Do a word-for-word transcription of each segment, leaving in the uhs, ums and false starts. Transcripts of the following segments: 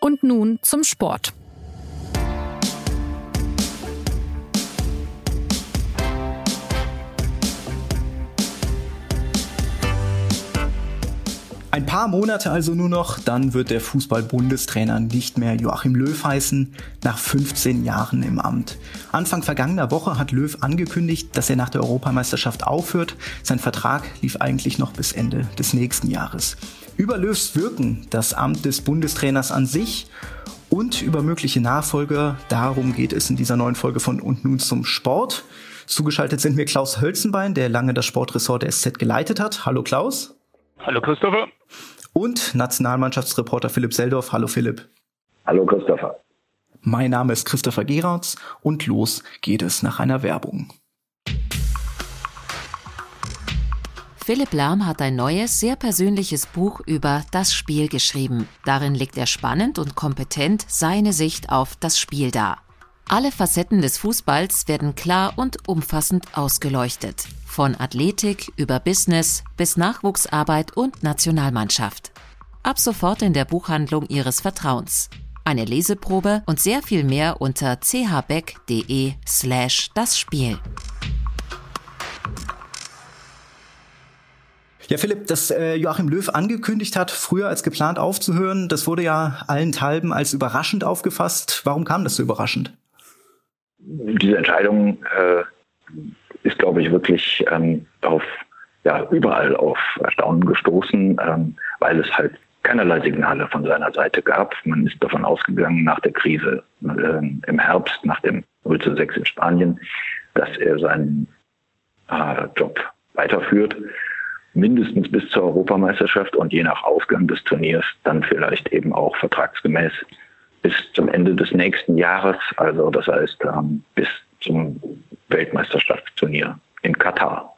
Und nun zum Sport. Ein paar Monate also nur noch, dann wird der Fußball-Bundestrainer nicht mehr Joachim Löw heißen, nach fünfzehn Jahren im Amt. Anfang vergangener Woche hat Löw angekündigt, dass er nach der Europameisterschaft aufhört. Sein Vertrag lief eigentlich noch bis Ende des nächsten Jahres. Über Löws Wirken, das Amt des Bundestrainers an sich und über mögliche Nachfolger, darum geht es in dieser neuen Folge von Und nun zum Sport. Zugeschaltet sind mir Klaus Hölzenbein, der lange das Sportressort der S Z geleitet hat. Hallo Klaus. Hallo Christopher. Und Nationalmannschaftsreporter Philipp Seldorf. Hallo Philipp. Hallo Christopher. Mein Name ist Christopher Geratz und los geht es nach einer Werbung. Philipp Lahm hat ein neues, sehr persönliches Buch über das Spiel geschrieben. Darin legt er spannend und kompetent seine Sicht auf das Spiel dar. Alle Facetten des Fußballs werden klar und umfassend ausgeleuchtet. Von Athletik über Business bis Nachwuchsarbeit und Nationalmannschaft. Ab sofort in der Buchhandlung Ihres Vertrauens. Eine Leseprobe und sehr viel mehr unter chbeck.de slash das Spiel. Ja, Philipp, dass äh, Joachim Löw angekündigt hat, früher als geplant aufzuhören, das wurde ja allenthalben als überraschend aufgefasst. Warum kam das so überraschend? Diese Entscheidung äh, ist, glaube ich, wirklich ähm, auf ja überall auf Erstaunen gestoßen, ähm, weil es halt keinerlei Signale von seiner Seite gab. Man ist davon ausgegangen, nach der Krise äh, im Herbst, nach dem null zu sechs in Spanien, dass er seinen äh, Job weiterführt, mindestens bis zur Europameisterschaft und je nach Ausgang des Turniers dann vielleicht eben auch vertragsgemäß bis zum Ende des nächsten Jahres, also das heißt ähm, bis zum Weltmeisterschaftsturnier in Katar.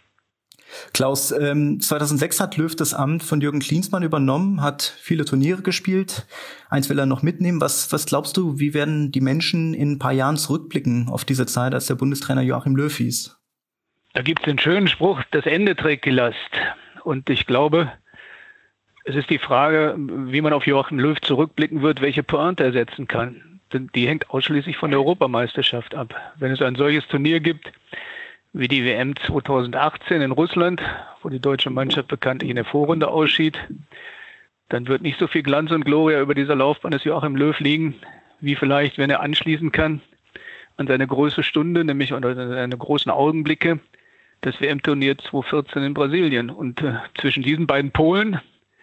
Klaus, ähm, zweitausendsechs hat Löw das Amt von Jürgen Klinsmann übernommen, hat viele Turniere gespielt. Eins will er noch mitnehmen. Was, was glaubst du, wie werden die Menschen in ein paar Jahren zurückblicken auf diese Zeit, als der Bundestrainer Joachim Löw hieß? Da gibt es den schönen Spruch, das Ende trägt die Last. Und ich glaube, es ist die Frage, wie man auf Joachim Löw zurückblicken wird, welche Pointe er setzen kann. Denn die hängt ausschließlich von der Europameisterschaft ab. Wenn es ein solches Turnier gibt, wie die W M zweitausendachtzehn in Russland, wo die deutsche Mannschaft bekanntlich in der Vorrunde ausschied, dann wird nicht so viel Glanz und Gloria über dieser Laufbahn des Joachim Löw liegen, wie vielleicht, wenn er anschließen kann an seine größte Stunde, nämlich an seine großen Augenblicke, das W M-Turnier zweitausendvierzehn in Brasilien. Und äh, zwischen diesen beiden Polen,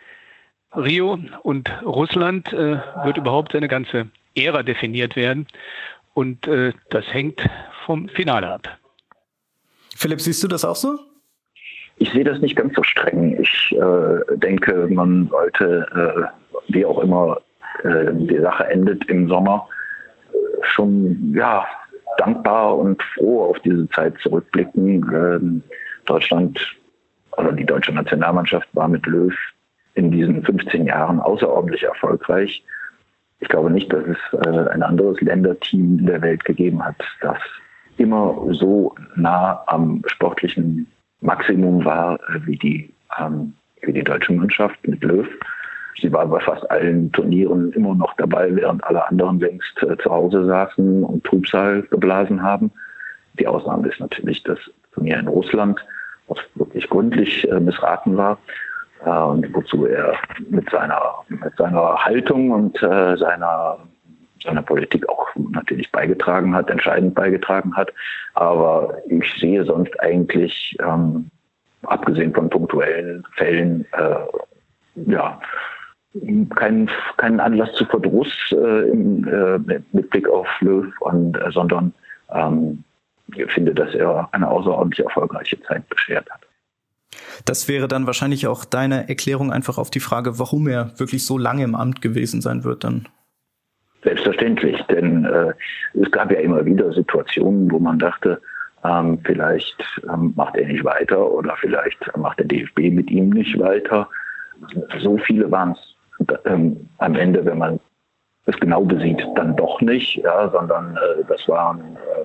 Rio und Russland, äh, wird überhaupt seine ganze Ära definiert werden. Und äh, das hängt vom Finale ab. Philipp, siehst du das auch so? Ich sehe das nicht ganz so streng. Ich äh, denke, man sollte, äh, wie auch immer äh, die Sache endet im Sommer, äh, schon ja dankbar und froh auf diese Zeit zurückblicken. Ähm, Deutschland, oder die deutsche Nationalmannschaft war mit Löw in diesen fünfzehn Jahren außerordentlich erfolgreich. Ich glaube nicht, dass es äh, ein anderes Länderteam in der Welt gegeben hat, das immer so nah am sportlichen Maximum war äh, wie die ähm, wie die deutsche Mannschaft mit Löw. Sie war bei fast allen Turnieren immer noch dabei, während alle anderen längst äh, zu Hause saßen und Trübsal geblasen haben. Die Ausnahme ist natürlich das Turnier in Russland, was wirklich gründlich äh, missraten war. Äh, und wozu er mit seiner, mit seiner Haltung und äh, seiner, seiner Politik auch natürlich beigetragen hat, entscheidend beigetragen hat. Aber ich sehe sonst eigentlich, ähm, abgesehen von punktuellen Fällen, äh, ja, keinen keinen Anlass zu Verdruss äh, im, äh, mit Blick auf Löw, und, äh, sondern ähm, ich finde, dass er eine außerordentlich erfolgreiche Zeit beschert hat. Das wäre dann wahrscheinlich auch deine Erklärung einfach auf die Frage, warum er wirklich so lange im Amt gewesen sein wird dann. Selbstverständlich, denn äh, es gab ja immer wieder Situationen, wo man dachte, ähm, vielleicht ähm, macht er nicht weiter oder vielleicht macht der D F B mit ihm nicht weiter. So viele waren es ähm, am Ende, wenn man es genau besieht, dann doch nicht, ja, sondern äh, das waren ähm,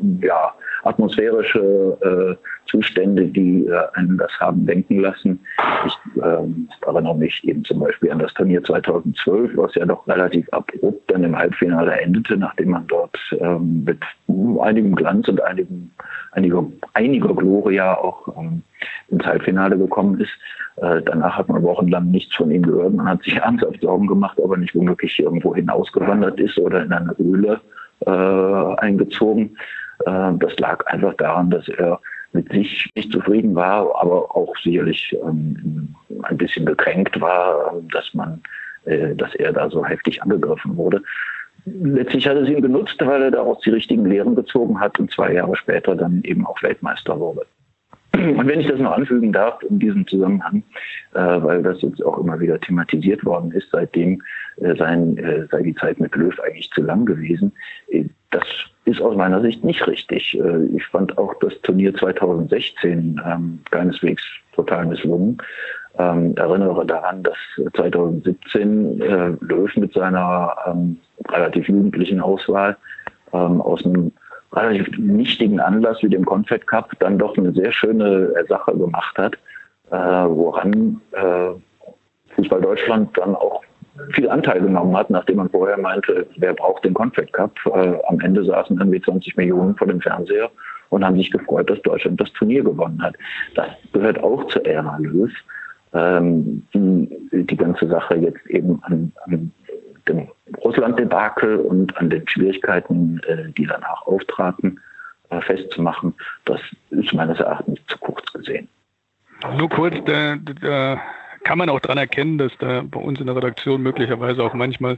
ja, atmosphärische äh, Zustände, die äh, einen das haben denken lassen. Ich ähm, erinnere mich eben zum Beispiel an das Turnier zweitausendzwölf, was ja doch relativ abrupt dann im Halbfinale endete, nachdem man dort ähm, mit einigem Glanz und einigem, einiger, einiger Gloria auch ähm, ins Halbfinale gekommen ist. Äh, danach hat man wochenlang nichts von ihm gehört. Man hat sich ernsthaft Sorgen gemacht, ob er nicht womöglich irgendwo hinausgewandert ist oder in eine Höhle äh, eingezogen. Äh, das lag einfach daran, dass er mit sich nicht zufrieden war, aber auch sicherlich ähm, ein bisschen gekränkt war, dass man, äh, dass er da so heftig angegriffen wurde. Letztlich hat es ihn genutzt, weil er daraus die richtigen Lehren gezogen hat und zwei Jahre später dann eben auch Weltmeister wurde. Und wenn ich das noch anfügen darf in diesem Zusammenhang, äh, weil das jetzt auch immer wieder thematisiert worden ist, seitdem äh, sein, äh, sei die Zeit mit Löw eigentlich zu lang gewesen. Äh, das ist aus meiner Sicht nicht richtig. Äh, ich fand auch das Turnier zweitausendsechzehn ähm, keineswegs total misslungen. Ähm, erinnere daran, dass zweitausendsiebzehn äh, Löw mit seiner ähm, relativ jugendlichen Auswahl ähm, aus einem relativ nichtigen Anlass wie dem Confed Cup dann doch eine sehr schöne Sache gemacht hat, äh, woran äh, Fußball Deutschland dann auch viel Anteil genommen hat, nachdem man vorher meinte, wer braucht den Confed Cup? Äh, am Ende saßen irgendwie zwanzig Millionen vor dem Fernseher und haben sich gefreut, dass Deutschland das Turnier gewonnen hat. Das gehört auch zur Ära Löw. Ähm, die, die ganze Sache jetzt eben an, an dem Russland-Debakel und an den Schwierigkeiten, äh, die danach auftraten, äh, festzumachen, das ist meines Erachtens zu kurz gesehen. Nur kurz, da, da kann man auch dran erkennen, dass da bei uns in der Redaktion möglicherweise auch manchmal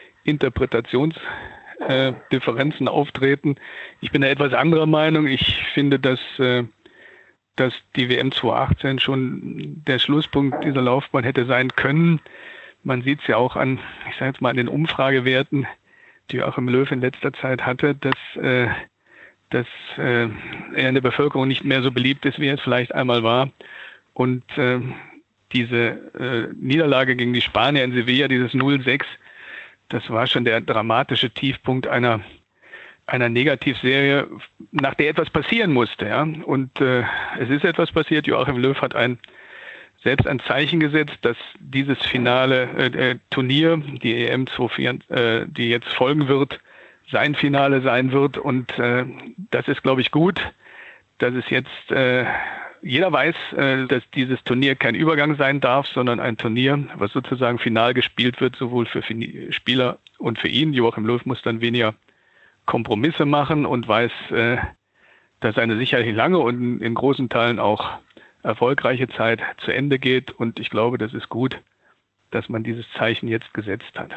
Interpretationsdifferenzen äh, auftreten. Ich bin da etwas anderer Meinung. Ich finde, dass, äh, dass die W M zweitausendachtzehn schon der Schlusspunkt dieser Laufbahn hätte sein können. Man sieht es ja auch an, ich sage jetzt mal, an den Umfragewerten, die Joachim Löw in letzter Zeit hatte, dass, äh, dass äh, er in der Bevölkerung nicht mehr so beliebt ist, wie er es vielleicht einmal war. Und äh, diese äh, Niederlage gegen die Spanier in Sevilla, dieses null sechs, das war schon der dramatische Tiefpunkt einer, einer Negativserie, nach der etwas passieren musste. Ja? Und äh, es ist etwas passiert. Joachim Löw hat ein selbst ein Zeichen gesetzt, dass dieses finale äh, Turnier, die E M zweitausendvier, äh, die jetzt folgen wird, sein Finale sein wird. Und äh, das ist, glaube ich, gut, dass es jetzt, äh, jeder weiß, äh, dass dieses Turnier kein Übergang sein darf, sondern ein Turnier, was sozusagen final gespielt wird, sowohl für Spieler und für ihn. Joachim Löw muss dann weniger Kompromisse machen und weiß, äh, dass eine sicherlich lange und in großen Teilen auch erfolgreiche Zeit zu Ende geht. Und ich glaube, das ist gut, dass man dieses Zeichen jetzt gesetzt hat.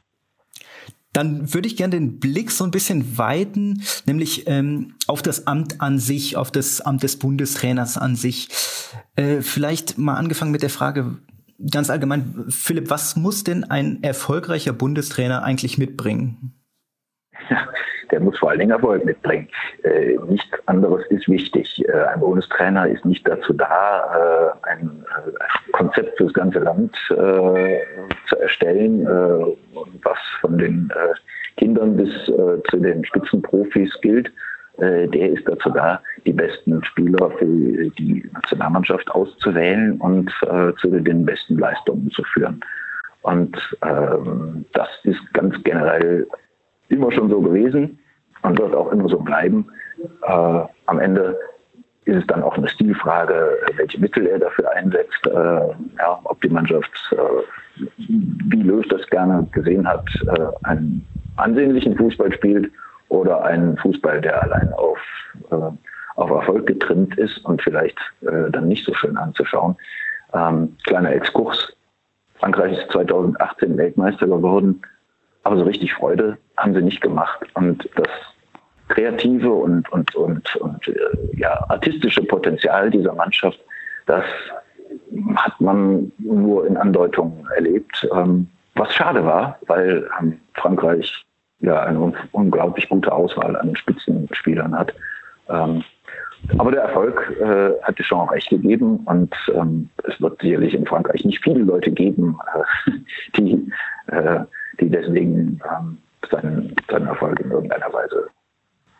Dann würde ich gerne den Blick so ein bisschen weiten, nämlich ähm, auf das Amt an sich, auf das Amt des Bundestrainers an sich. Äh, vielleicht mal angefangen mit der Frage ganz allgemein, Philipp, was muss denn ein erfolgreicher Bundestrainer eigentlich mitbringen? Ja, der muss vor allen Dingen Erfolg mitbringen. Äh, nichts anderes ist wichtig. Äh, ein Bundestrainer ist nicht dazu da, äh, ein äh, Konzept für das ganze Land äh, zu erstellen, äh, was von den äh, Kindern bis äh, zu den Spitzenprofis gilt. Äh, der ist dazu da, die besten Spieler für die Nationalmannschaft auszuwählen und äh, zu den besten Leistungen zu führen. Und ähm, das ist ganz generell immer schon so gewesen und wird auch immer so bleiben. Äh, am Ende ist es dann auch eine Stilfrage, welche Mittel er dafür einsetzt, äh, ja, ob die Mannschaft, äh, wie Löw das gerne gesehen hat, äh, einen ansehnlichen Fußball spielt oder einen Fußball, der allein auf, äh, auf Erfolg getrimmt ist und vielleicht äh, dann nicht so schön anzuschauen. Ähm, kleiner Exkurs. Frankreich ist zweitausendachtzehn Weltmeister geworden, aber so richtig Freude haben sie nicht gemacht. Und das kreative und, und, und, und äh, ja, artistische Potenzial dieser Mannschaft, das hat man nur in Andeutungen erlebt. Ähm, was schade war, weil ähm, Frankreich ja eine un- unglaublich gute Auswahl an Spitzenspielern hat. Ähm, aber der Erfolg äh, hat es schon auch recht gegeben und ähm, es wird sicherlich in Frankreich nicht viele Leute geben, äh, die, äh, die deswegen ähm, seinen, seinen Erfolg in irgendeiner Weise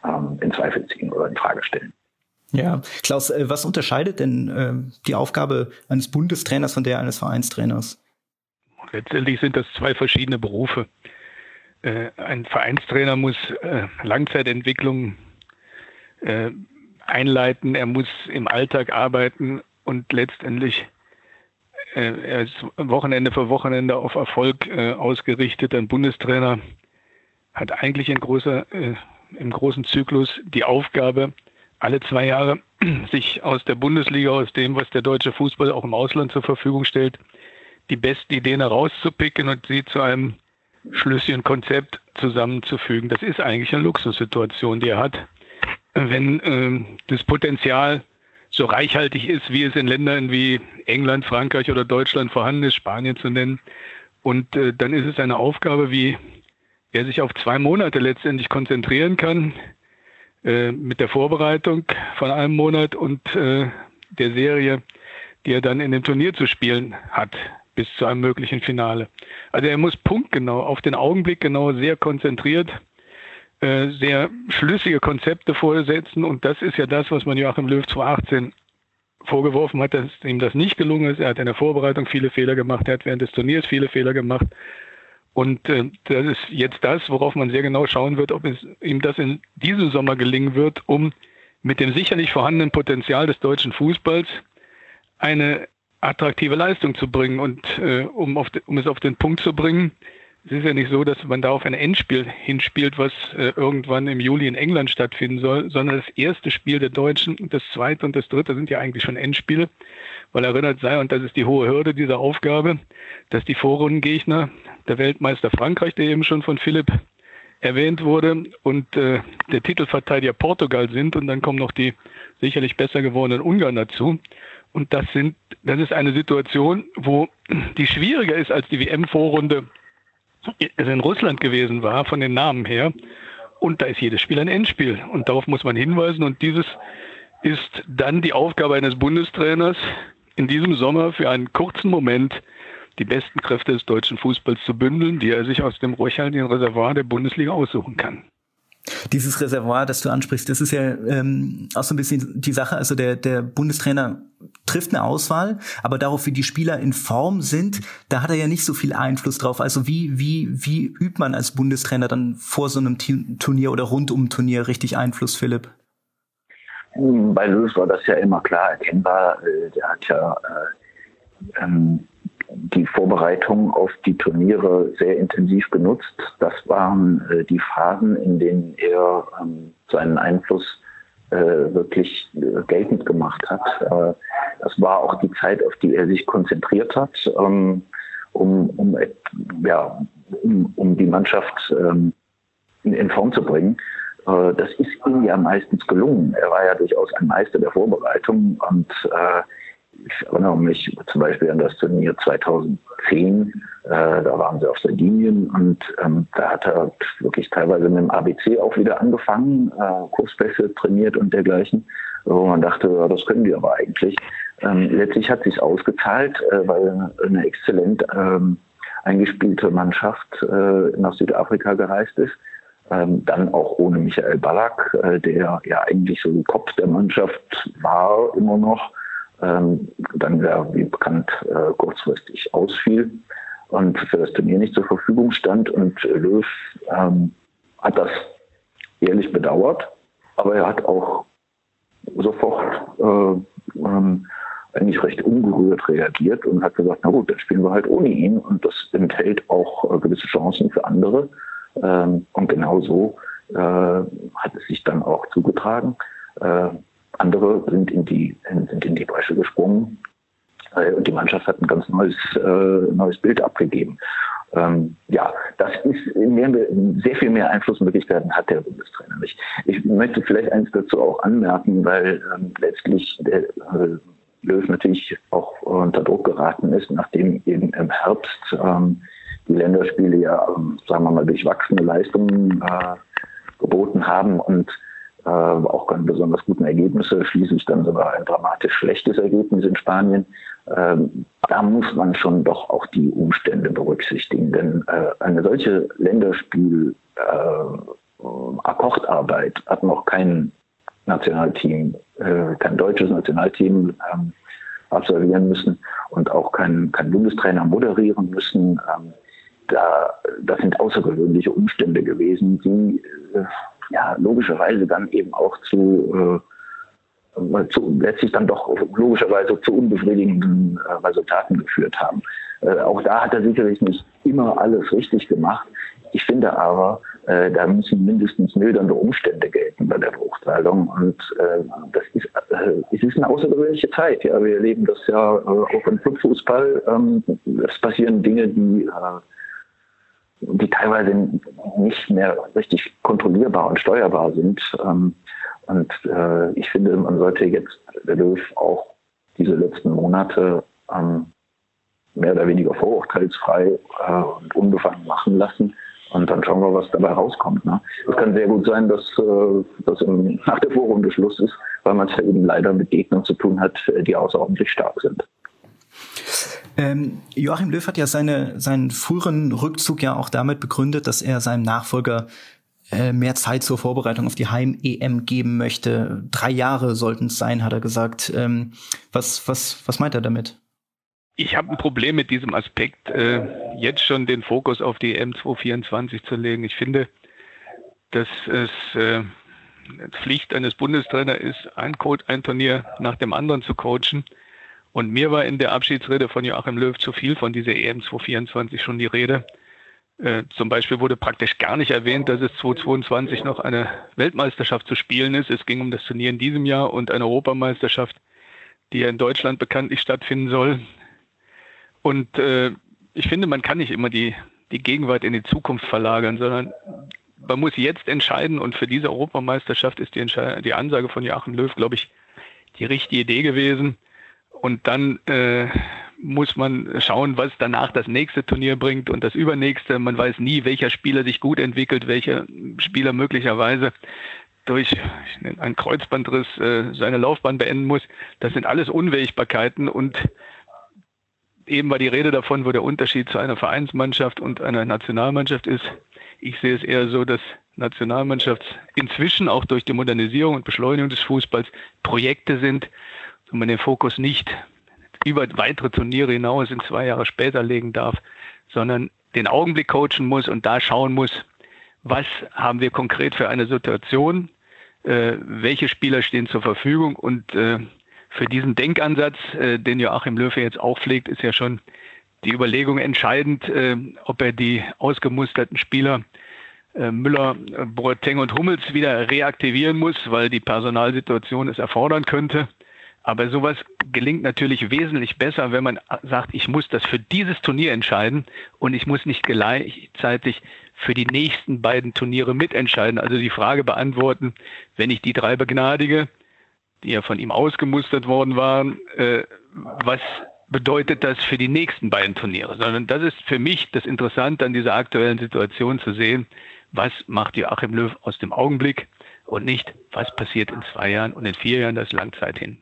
ähm, in Zweifel ziehen oder in Frage stellen. Ja, Klaus, was unterscheidet denn äh, die Aufgabe eines Bundestrainers von der eines Vereinstrainers? Letztendlich sind das zwei verschiedene Berufe. Äh, ein Vereinstrainer muss äh, Langzeitentwicklung äh, einleiten, er muss im Alltag arbeiten und letztendlich äh, er ist Wochenende für Wochenende auf Erfolg äh, ausgerichtet. Ein Bundestrainer hat eigentlich in großer, äh, im großen Zyklus die Aufgabe, alle zwei Jahre sich aus der Bundesliga, aus dem, was der deutsche Fußball auch im Ausland zur Verfügung stellt, die besten Ideen herauszupicken und sie zu einem schlüssigen Konzept zusammenzufügen. Das ist eigentlich eine Luxussituation, die er hat. Wenn äh, das Potenzial so reichhaltig ist, wie es in Ländern wie England, Frankreich oder Deutschland vorhanden ist, Spanien zu nennen. Und äh, dann ist es eine Aufgabe, wie er sich auf zwei Monate letztendlich konzentrieren kann, äh, mit der Vorbereitung von einem Monat und äh, der Serie, die er dann in dem Turnier zu spielen hat, bis zu einem möglichen Finale. Also er muss punktgenau, auf den Augenblick genau sehr konzentriert, äh, sehr schlüssige Konzepte vorsetzen. Und das ist ja das, was man Joachim Löw zweitausendachtzehn vorgeworfen hat, dass ihm das nicht gelungen ist. Er hat in der Vorbereitung viele Fehler gemacht, er hat während des Turniers viele Fehler gemacht. Und äh, das ist jetzt das, worauf man sehr genau schauen wird, ob es ihm das in diesem Sommer gelingen wird, um mit dem sicherlich vorhandenen Potenzial des deutschen Fußballs eine attraktive Leistung zu bringen. Und äh, um, auf de, um es auf den Punkt zu bringen, es ist ja nicht so, dass man da auf ein Endspiel hinspielt, was äh, irgendwann im Juli in England stattfinden soll, sondern das erste Spiel der Deutschen und das zweite und das dritte sind ja eigentlich schon Endspiele, weil erinnert sei, und das ist die hohe Hürde dieser Aufgabe, dass die Vorrundengegner, der Weltmeister Frankreich, der eben schon von Philipp erwähnt wurde, und äh, der Titelverteidiger Portugal sind, und dann kommen noch die sicherlich besser gewordenen Ungarn dazu. Und das sind, das ist eine Situation, wo die schwieriger ist als die W M-Vorrunde es in Russland gewesen war, von den Namen her. Und da ist jedes Spiel ein Endspiel. Und darauf muss man hinweisen. Und dieses ist dann die Aufgabe eines Bundestrainers, in diesem Sommer für einen kurzen Moment die besten Kräfte des deutschen Fußballs zu bündeln, die er sich aus dem reichhaltigen Reservoir der Bundesliga aussuchen kann. Dieses Reservoir, das du ansprichst, das ist ja ähm, auch so ein bisschen die Sache, also der, der Bundestrainer trifft eine Auswahl, aber darauf, wie die Spieler in Form sind, da hat er ja nicht so viel Einfluss drauf. Also wie, wie, wie übt man als Bundestrainer dann vor so einem Turnier oder rund um ein Turnier richtig Einfluss, Philipp? Bei Löw war das ja immer klar erkennbar. Der hat ja äh, ähm, die Vorbereitung auf die Turniere sehr intensiv genutzt. Das waren äh, die Phasen, in denen er ähm, seinen Einfluss äh, wirklich äh, geltend gemacht hat. Äh, das war auch die Zeit, auf die er sich konzentriert hat, ähm, um, um, ja, um, um die Mannschaft ähm, in, in Form zu bringen. Äh, das ist ihm ja meistens gelungen. Er war ja durchaus ein Meister der Vorbereitung, und äh, ich erinnere mich zum Beispiel an das Turnier zweitausendzehn, äh, da waren sie auf Sardinien, und ähm, da hat er wirklich teilweise mit dem A B C auch wieder angefangen, äh, Kurspässe trainiert und dergleichen, wo man dachte, ja, das können die aber eigentlich. Ähm, letztlich hat es sich ausgezahlt, äh, weil eine exzellent ähm, eingespielte Mannschaft äh, nach Südafrika gereist ist. Ähm, dann auch ohne Michael Ballack, äh, der ja eigentlich so der Kopf der Mannschaft war, immer noch. Ähm, dann ja, wie bekannt, äh, kurzfristig ausfiel und für das Turnier nicht zur Verfügung stand. Und äh, Löw ähm, hat das ehrlich bedauert, aber er hat auch sofort äh, ähm, eigentlich recht ungerührt reagiert und hat gesagt, na gut, dann spielen wir halt ohne ihn, und das enthält auch äh, gewisse Chancen für andere. Ähm, und genau so äh, hat es sich dann auch zugetragen. Äh, Andere sind in die, sind in die Bresche gesprungen, äh, und die Mannschaft hat ein ganz neues, äh, neues Bild abgegeben. Ähm, ja, das ist mehr, sehr viel mehr Einflussmöglichkeiten hat der Bundestrainer nicht. Ich möchte vielleicht eins dazu auch anmerken, weil ähm, letztlich der äh, Löw natürlich auch unter Druck geraten ist, nachdem eben im Herbst ähm, die Länderspiele ja, ähm, sagen wir mal, durchwachsene Leistungen äh, geboten haben und Äh, auch keine besonders guten Ergebnisse, schließlich dann sogar ein dramatisch schlechtes Ergebnis in Spanien. Ähm, da muss man schon doch auch die Umstände berücksichtigen, denn äh, eine solche Länderspiel- äh, Akkordarbeit, hat noch kein Nationalteam, äh, kein deutsches Nationalteam ähm, absolvieren müssen und auch kein, kein Bundestrainer moderieren müssen. Ähm, da, das sind außergewöhnliche Umstände gewesen, die äh, ja, logischerweise dann eben auch zu, äh, zu letztlich dann doch logischerweise zu unbefriedigenden äh, Resultaten geführt haben. Äh, auch da hat er sicherlich nicht immer alles richtig gemacht. Ich finde aber, äh, da müssen mindestens mildernde Umstände gelten bei der Beurteilung. Und äh, das ist, äh, es ist eine außergewöhnliche Zeit. Ja, wir erleben das ja äh, auch im Clubfußball. Ähm, es passieren Dinge, die, äh, die teilweise nicht mehr richtig kontrollierbar und steuerbar sind. Ähm, und äh, ich finde, man sollte jetzt der Löw auch diese letzten Monate ähm, mehr oder weniger vorurteilsfrei äh, und unbefangen machen lassen. Und dann schauen wir, was dabei rauskommt. Ne? Es kann sehr gut sein, dass äh, das im, nach der Vorrunde Schluss ist, weil man es ja eben leider mit Gegnern zu tun hat, die außerordentlich stark sind. Ähm, Joachim Löw hat ja seine, seinen früheren Rückzug ja auch damit begründet, dass er seinem Nachfolger äh, mehr Zeit zur Vorbereitung auf die Heim-E M geben möchte. Drei Jahre sollten es sein, hat er gesagt. Ähm, was, was, was meint er damit? Ich habe ein Problem mit diesem Aspekt, äh, jetzt schon den Fokus auf die E M zwanzig vierundzwanzig zu legen. Ich finde, dass es äh, Pflicht eines Bundestrainers ist, ein, Coach, ein Turnier nach dem anderen zu coachen. Und mir war in der Abschiedsrede von Joachim Löw zu viel von dieser E M zwanzig vierundzwanzig schon die Rede. Äh, zum Beispiel wurde praktisch gar nicht erwähnt, dass es zwanzig zweiundzwanzig noch eine Weltmeisterschaft zu spielen ist. Es ging um das Turnier in diesem Jahr und eine Europameisterschaft, die ja in Deutschland bekanntlich stattfinden soll. Und äh, ich finde, man kann nicht immer die, die Gegenwart in die Zukunft verlagern, sondern man muss jetzt entscheiden. Und für diese Europameisterschaft ist die, Entsche- die Ansage von Joachim Löw, glaube ich, die richtige Idee gewesen. Und dann äh, muss man schauen, was danach das nächste Turnier bringt und das übernächste. Man weiß nie, welcher Spieler sich gut entwickelt, welcher Spieler möglicherweise durch einen Kreuzbandriss äh, seine Laufbahn beenden muss. Das sind alles Unwägbarkeiten und eben war die Rede davon, wo der Unterschied zu einer Vereinsmannschaft und einer Nationalmannschaft ist. Ich sehe es eher so, dass Nationalmannschaft inzwischen auch durch die Modernisierung und Beschleunigung des Fußballs Projekte sind und man den Fokus nicht über weitere Turniere hinaus in zwei Jahre später legen darf, sondern den Augenblick coachen muss und da schauen muss, was haben wir konkret für eine Situation, äh, welche Spieler stehen zur Verfügung und äh, für diesen Denkansatz, äh, den Joachim Löw jetzt auch pflegt, ist ja schon die Überlegung entscheidend, äh, ob er die ausgemusterten Spieler äh, Müller, Boateng und Hummels wieder reaktivieren muss, weil die Personalsituation es erfordern könnte. Aber sowas gelingt natürlich wesentlich besser, wenn man sagt, ich muss das für dieses Turnier entscheiden und ich muss nicht gleichzeitig für die nächsten beiden Turniere mitentscheiden. Also die Frage beantworten, wenn ich die drei begnadige, die ja von ihm ausgemustert worden waren, äh, was bedeutet das für die nächsten beiden Turniere? Sondern das ist für mich das Interessante an dieser aktuellen Situation zu sehen, was macht Joachim Löw aus dem Augenblick und nicht, was passiert in zwei Jahren und in vier Jahren, das ist lang Zeit hin.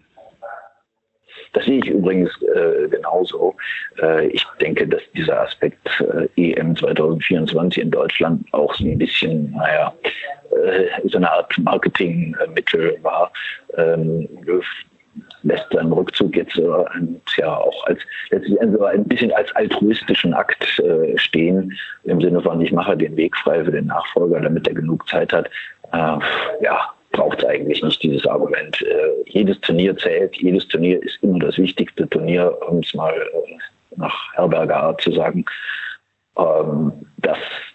Das sehe ich übrigens äh, genauso. Äh, ich denke, dass dieser Aspekt äh, E M zwanzig vierundzwanzig in Deutschland auch so ein bisschen, naja, äh, so eine Art Marketingmittel war. Ähm, Löw lässt seinen Rückzug jetzt äh, ja auch als letztlich so ein bisschen als altruistischen Akt äh, stehen, im Sinne von, ich mache den Weg frei für den Nachfolger, damit er genug Zeit hat. Äh, ja, braucht es eigentlich nicht, dieses Argument. Äh, jedes Turnier zählt, jedes Turnier ist immer das wichtigste Turnier, um es mal äh, nach Herberger Art zu sagen. Ähm, das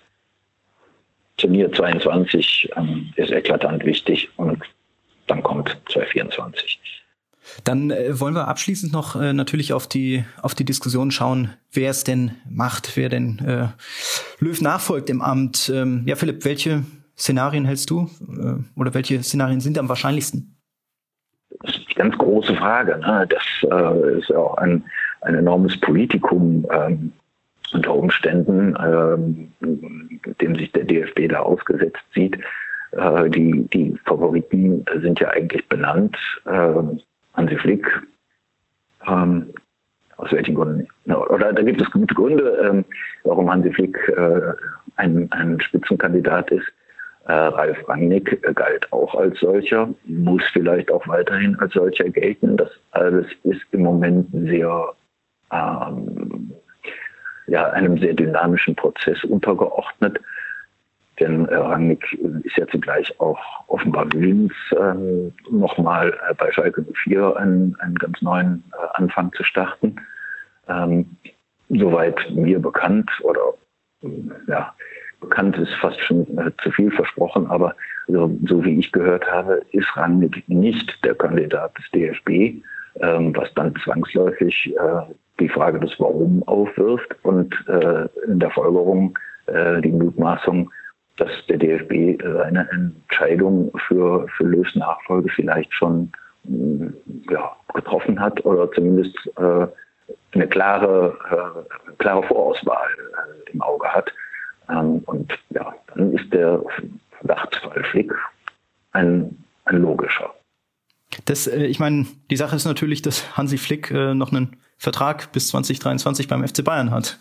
Turnier zweiundzwanzig ähm, ist eklatant wichtig und dann kommt zwanzig vierundzwanzig. Dann äh, wollen wir abschließend noch äh, natürlich auf die auf die Diskussion schauen, wer es denn macht, wer denn äh, Löw nachfolgt im Amt. Ähm, ja, Philipp, welche Szenarien hältst du äh, oder welche Szenarien sind am wahrscheinlichsten? Das ist die ganz große Frage. Ne? Das äh, ist ja auch ein, ein enormes Politikum ähm, unter Umständen, ähm, dem sich der D F B da ausgesetzt sieht. Äh, die, die Favoriten sind ja eigentlich benannt. Äh, Hansi Flick, ähm, aus welchen Gründen? Oder da gibt es gute Gründe, ähm, warum Hansi Flick äh, ein, ein Spitzenkandidat ist. Äh, Ralf Rangnick galt auch als solcher, muss vielleicht auch weiterhin als solcher gelten. Das alles ist im Moment sehr, ähm, ja, einem sehr dynamischen Prozess untergeordnet. Denn äh, Rangnick ist ja zugleich auch offenbar willens, ähm, nochmal äh, bei Schalke vier einen, einen ganz neuen äh, Anfang zu starten. Ähm, soweit mir bekannt oder äh, ja, bekannt ist fast schon äh, zu viel versprochen, aber also, so wie ich gehört habe, ist Rangnick nicht der Kandidat des D F B, ähm, was dann zwangsläufig äh, die Frage des Warum aufwirft und äh, in der Folgerung äh, die Mutmaßung, dass der D F B seine Entscheidung für, für Löws Nachfolge vielleicht schon ja, getroffen hat oder zumindest äh, eine klare, äh, klare Vorauswahl äh, im Auge hat. Ähm, und ja, dann ist der Verdachtsfall Flick ein, ein logischer. Das, äh, ich meine, die Sache ist natürlich, dass Hansi Flick äh, noch einen Vertrag bis zwanzig dreiundzwanzig beim F C Bayern hat.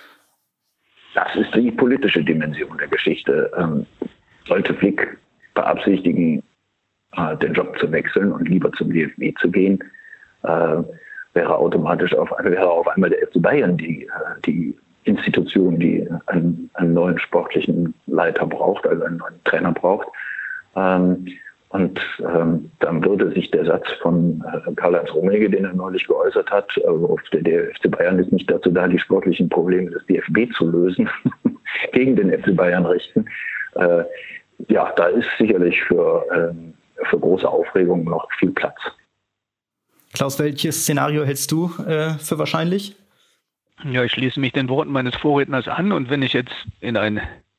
Das ist die politische Dimension der Geschichte. Ähm, sollte Flick beabsichtigen, äh, den Job zu wechseln und lieber zum D F B zu gehen, äh, wäre automatisch auf, wäre auf einmal der F C Bayern die, äh, die Institution, die einen, einen neuen sportlichen Leiter braucht, also einen neuen Trainer braucht. Ähm, und ähm, dann würde sich der Satz von äh, Karl-Heinz Rummenigge, den er neulich geäußert hat, also der, der F C Bayern ist nicht dazu da, die sportlichen Probleme des D F B zu lösen, gegen den F C Bayern richten. Äh, ja, da ist sicherlich für, äh, für große Aufregung noch viel Platz. Klaus, welches Szenario hältst du äh, für wahrscheinlich? Ja, ich schließe mich den Worten meines Vorredners an, und wenn ich jetzt in ein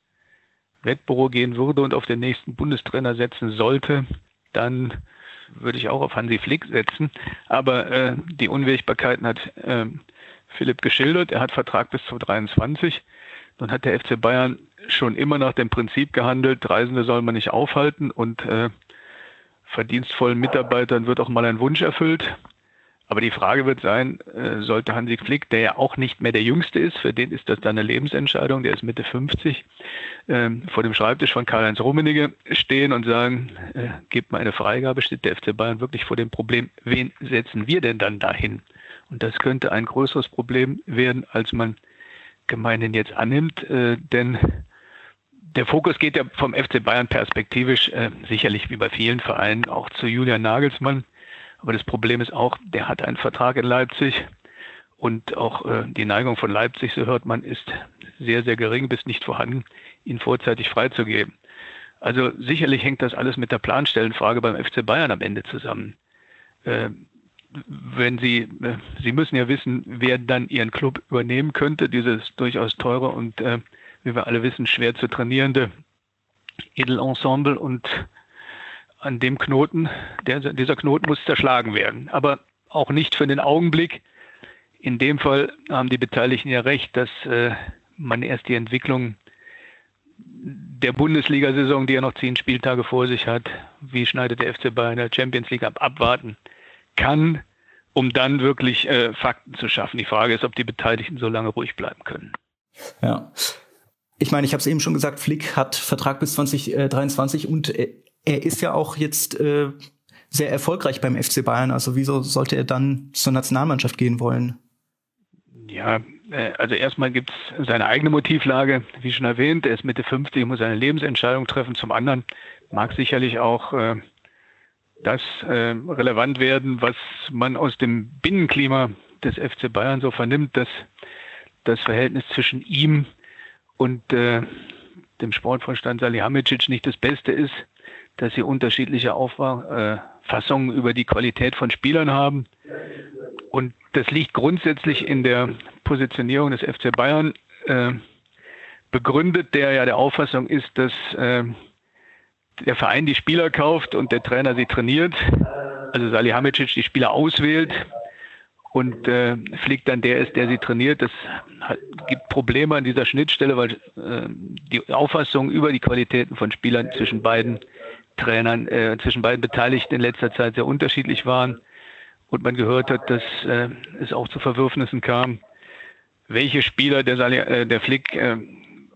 Wettbüro gehen würde und auf den nächsten Bundestrainer setzen sollte, dann würde ich auch auf Hansi Flick setzen. Aber äh, die Unwägbarkeiten hat äh, Philipp geschildert. Er hat Vertrag bis zu dreiundzwanzig. Dann hat der F C Bayern schon immer nach dem Prinzip gehandelt, Reisende soll man nicht aufhalten, und äh, verdienstvollen Mitarbeitern wird auch mal ein Wunsch erfüllt. Aber die Frage wird sein, äh, sollte Hansi Flick, der ja auch nicht mehr der Jüngste ist, für den ist das dann eine Lebensentscheidung, der ist Mitte fünfzig, ähm, vor dem Schreibtisch von Karl-Heinz Rummenigge stehen und sagen, äh, gebt mal eine Freigabe, steht der F C Bayern wirklich vor dem Problem, wen setzen wir denn dann dahin? Und das könnte ein größeres Problem werden, als man gemeinhin jetzt annimmt, äh, denn der Fokus geht ja vom F C Bayern perspektivisch äh, sicherlich wie bei vielen Vereinen auch zu Julian Nagelsmann. Aber das Problem ist auch, der hat einen Vertrag in Leipzig, und auch äh, die Neigung von Leipzig, so hört man, ist sehr, sehr gering bis nicht vorhanden, ihn vorzeitig freizugeben. Also sicherlich hängt das alles mit der Planstellenfrage beim F C Bayern am Ende zusammen. Äh, wenn Sie, äh, Sie müssen ja wissen, wer dann Ihren Club übernehmen könnte, dieses durchaus teure und, äh, wie wir alle wissen, schwer zu trainierende Edelensemble, und an dem Knoten, der, dieser Knoten muss zerschlagen werden. Aber auch nicht für den Augenblick. In dem Fall haben die Beteiligten ja recht, dass äh, man erst die Entwicklung der Bundesliga-Saison, die ja noch zehn Spieltage vor sich hat, wie schneidet der F C Bayern in der Champions League ab, abwarten kann, um dann wirklich äh, Fakten zu schaffen. Die Frage ist, ob die Beteiligten so lange ruhig bleiben können. Ja. Ich meine, ich habe es eben schon gesagt, Flick hat Vertrag bis zwanzig dreiundzwanzig, und äh, er ist ja auch jetzt äh, sehr erfolgreich beim F C Bayern. Also wieso sollte er dann zur Nationalmannschaft gehen wollen? Ja, äh, also erstmal gibt es seine eigene Motivlage, wie schon erwähnt. Er ist Mitte fünfzig, muss eine Lebensentscheidung treffen. Zum anderen mag sicherlich auch äh, das äh, relevant werden, was man aus dem Binnenklima des F C Bayern so vernimmt, dass das Verhältnis zwischen ihm und äh, dem Sportvorstand Salihamidzic nicht das Beste ist, dass sie unterschiedliche Auffassungen über die Qualität von Spielern haben. Und das liegt grundsätzlich in der Positionierung des F C Bayern, äh, begründet, der ja der Auffassung ist, dass äh, der Verein die Spieler kauft und der Trainer sie trainiert. Also Salihamidzic die Spieler auswählt und äh, Flick dann der ist, der sie trainiert. Das hat, gibt Probleme an dieser Schnittstelle, weil äh, die Auffassungen über die Qualitäten von Spielern zwischen beiden Trainern, äh, zwischen beiden Beteiligten in letzter Zeit sehr unterschiedlich waren, und man gehört hat, dass äh, es auch zu Verwürfnissen kam, welche Spieler der, Sali, äh, der Flick äh,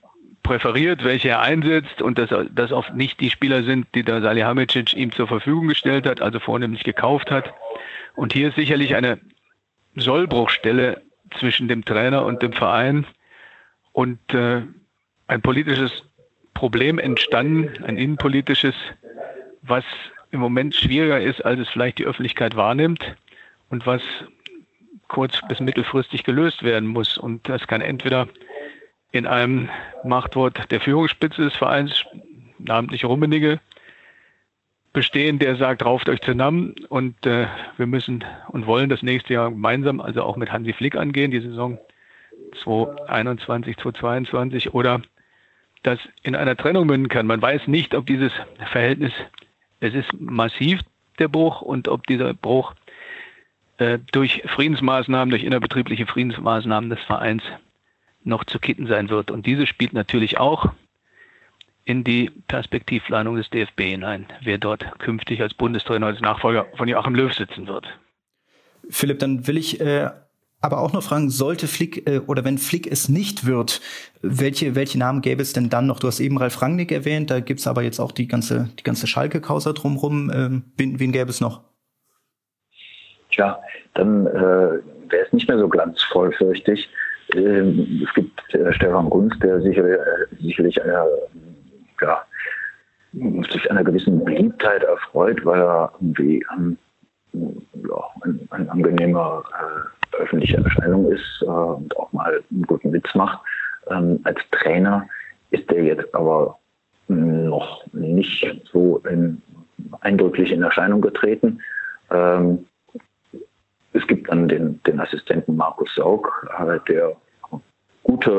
präferiert, welche er einsetzt und dass das oft nicht die Spieler sind, die der Salihamidzic ihm zur Verfügung gestellt hat, also vornehmlich gekauft hat. Und hier ist sicherlich eine Sollbruchstelle zwischen dem Trainer und dem Verein und äh, ein politisches Problem entstanden, ein innenpolitisches, was im Moment schwieriger ist, als es vielleicht die Öffentlichkeit wahrnimmt und was kurz- bis mittelfristig gelöst werden muss. Und das kann entweder in einem Machtwort der Führungsspitze des Vereins, namentlich Rummenigge, bestehen, der sagt, rauft euch zusammen und äh, wir müssen und wollen das nächste Jahr gemeinsam, also auch mit Hansi Flick angehen, die Saison zwanzig einundzwanzig, zwanzig zweiundzwanzig, oder das in einer Trennung münden kann. Man weiß nicht, ob dieses Verhältnis, es ist massiv, der Bruch, und ob dieser Bruch äh, durch Friedensmaßnahmen, durch innerbetriebliche Friedensmaßnahmen des Vereins noch zu kitten sein wird. Und diese spielt natürlich auch in die Perspektivplanung des D F B hinein, wer dort künftig als Bundestrainer, als Nachfolger von Joachim Löw sitzen wird. Philipp, dann will ich äh, aber auch noch fragen, sollte Flick äh, oder wenn Flick es nicht wird, welche welche Namen gäbe es denn dann noch? Du hast eben Ralf Rangnick erwähnt, da gibt's aber jetzt auch die ganze die ganze Schalke-Causa drumherum. Ähm, wen, wen gäbe es noch? Tja, dann äh, wäre es nicht mehr so glanzvoll, fürchte ich. Ähm, es gibt äh, Stefan Kunz, der sicherlich, äh, sicherlich eine, ja, sich einer gewissen Beliebtheit erfreut, weil er irgendwie ähm, ja, ein, ein angenehmer äh, öffentlicher Erscheinung ist äh, und auch mal einen guten Witz macht. Ähm, als Trainer ist er jetzt aber noch nicht so in, eindrücklich in Erscheinung getreten. Ähm, es gibt dann den, den Assistenten Markus Saug, äh, der gute,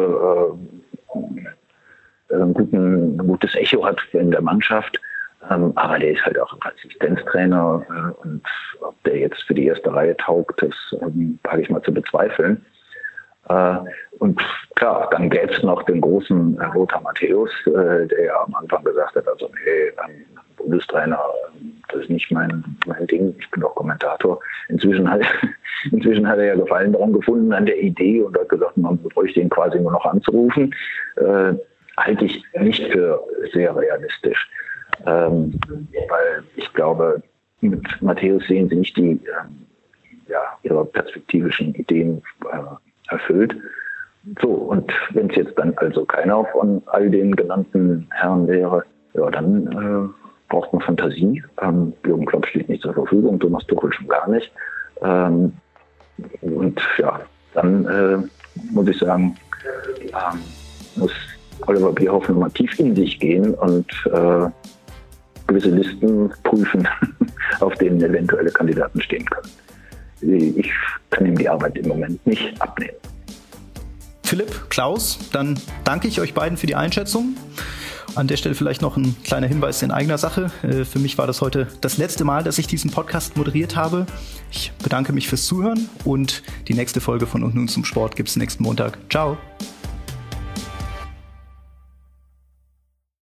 äh, ein, guten, ein gutes Echo hat in der Mannschaft. Ähm, aber der ist halt auch Assistenztrainer äh, und ob der jetzt für die erste Reihe taugt, das ähm, wage ich mal zu bezweifeln. Äh, und klar, dann gäbe es noch den großen äh, Lothar Matthäus, äh, der ja am Anfang gesagt hat, also nee, ähm, Bundestrainer, das ist nicht mein, mein Ding, ich bin doch Kommentator. Inzwischen hat, inzwischen hat er ja Gefallen daran gefunden, an der Idee, und hat gesagt, man bräuchte ihn quasi nur noch anzurufen. Äh, halte ich nicht für sehr realistisch. Ähm, weil ich glaube, mit Matthäus sehen sie nicht die ähm, ja, ihre perspektivischen Ideen äh, erfüllt. So, und wenn es jetzt dann also keiner von all den genannten Herren wäre, ja, dann äh, braucht man Fantasie. Ähm, Jürgen Klopp steht nicht zur Verfügung, Thomas Tuchel schon gar nicht. Ähm, und ja, dann äh, muss ich sagen, ähm, muss Oliver Bierhoff nochmal tief in sich gehen und äh, gewisse Listen prüfen, auf denen eventuelle Kandidaten stehen können. Ich kann ihm die Arbeit im Moment nicht abnehmen. Philipp, Klaus, dann danke ich euch beiden für die Einschätzung. An der Stelle vielleicht noch ein kleiner Hinweis in eigener Sache. Für mich war das heute das letzte Mal, dass ich diesen Podcast moderiert habe. Ich bedanke mich fürs Zuhören und die nächste Folge von Und nun zum Sport gibt's nächsten Montag. Ciao.